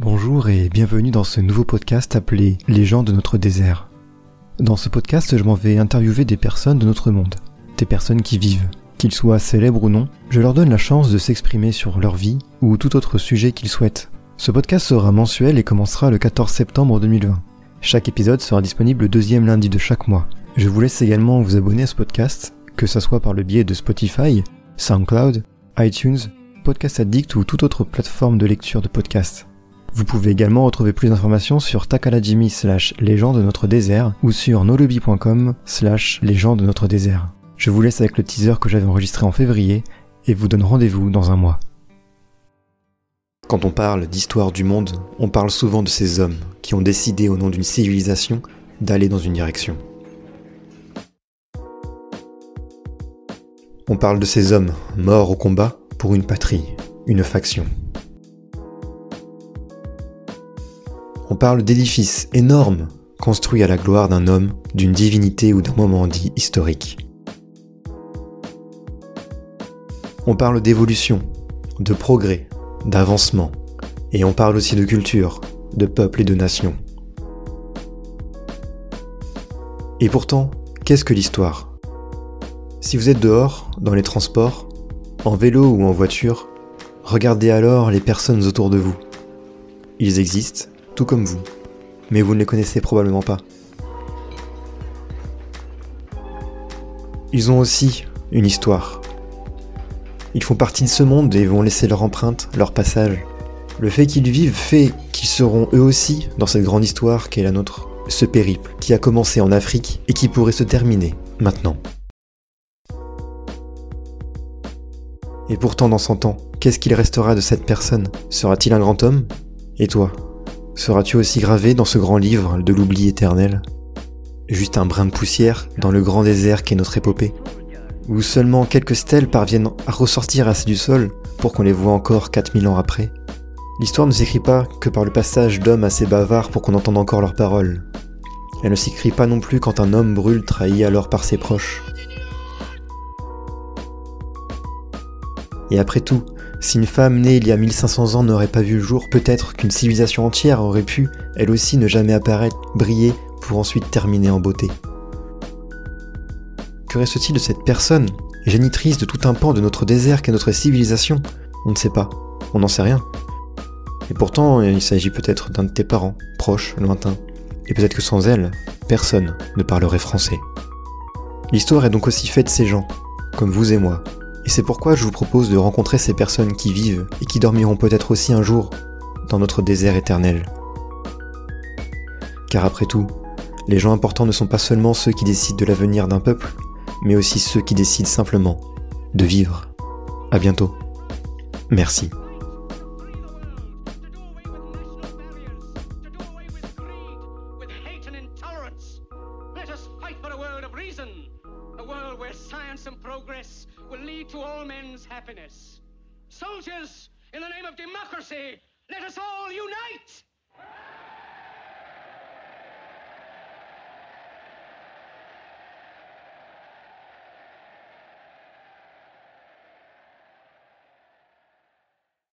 Bonjour et bienvenue dans ce nouveau podcast appelé « Les gens de notre désert ». Dans ce podcast, je m'en vais interviewer des personnes de notre monde, des personnes qui vivent. Qu'ils soient célèbres ou non, je leur donne la chance de s'exprimer sur leur vie ou tout autre sujet qu'ils souhaitent. Ce podcast sera mensuel et commencera le 14 septembre 2020. Chaque épisode sera disponible le deuxième lundi de chaque mois. Je vous laisse également vous abonner à ce podcast, que ce soit par le biais de Spotify, SoundCloud, iTunes, Podcast Addict ou toute autre plateforme de lecture de podcasts. Vous pouvez également retrouver plus d'informations sur takalajimi/les gens de notre désert ou sur nolobi.com/les gens de notre désert. Je vous laisse avec le teaser que j'avais enregistré en février et vous donne rendez-vous dans un mois. Quand on parle d'histoire du monde, on parle souvent de ces hommes qui ont décidé au nom d'une civilisation d'aller dans une direction. On parle de ces hommes morts au combat pour une patrie, une faction. On parle d'édifices énormes construits à la gloire d'un homme, d'une divinité ou d'un moment dit historique. On parle d'évolution, de progrès, d'avancement, et on parle aussi de culture, de peuple et de nation. Et pourtant, qu'est-ce que l'histoire ? Si vous êtes dehors, dans les transports, en vélo ou en voiture, regardez alors les personnes autour de vous. Ils existent, tout comme vous, mais vous ne les connaissez probablement pas. Ils ont aussi une histoire. Ils font partie de ce monde et vont laisser leur empreinte, leur passage. Le fait qu'ils vivent fait qu'ils seront eux aussi dans cette grande histoire qu'est la nôtre. Ce périple qui a commencé en Afrique et qui pourrait se terminer maintenant. Et pourtant dans 100 ans, qu'est-ce qu'il restera de cette personne ? Sera-t-il un grand homme ? Et toi ? Seras-tu aussi gravé dans ce grand livre de l'oubli éternel ? Juste un brin de poussière dans le grand désert qu'est notre épopée ? Où seulement quelques stèles parviennent à ressortir assez du sol pour qu'on les voit encore 4000 ans après ? L'histoire ne s'écrit pas que par le passage d'hommes assez bavards pour qu'on entende encore leurs paroles. Elle ne s'écrit pas non plus quand un homme brûle trahi alors par ses proches. Et après tout, si une femme née il y a 1500 ans n'aurait pas vu le jour, peut-être qu'une civilisation entière aurait pu, elle aussi, ne jamais apparaître, briller, pour ensuite terminer en beauté. Que reste-t-il de cette personne, génitrice de tout un pan de notre désert qu'est notre civilisation ? On ne sait pas, on n'en sait rien. Et pourtant, il s'agit peut-être d'un de tes parents, proches, lointains. Et peut-être que sans elle, personne ne parlerait français. L'histoire est donc aussi faite de ces gens, comme vous et moi. Et c'est pourquoi je vous propose de rencontrer ces personnes qui vivent et qui dormiront peut-être aussi un jour dans notre désert éternel. Car après tout, les gens importants ne sont pas seulement ceux qui décident de l'avenir d'un peuple, mais aussi ceux qui décident simplement de vivre. À bientôt. Merci. A world where science and progress will lead to all men's happiness. Soldiers, in the name of democracy, let us all unite!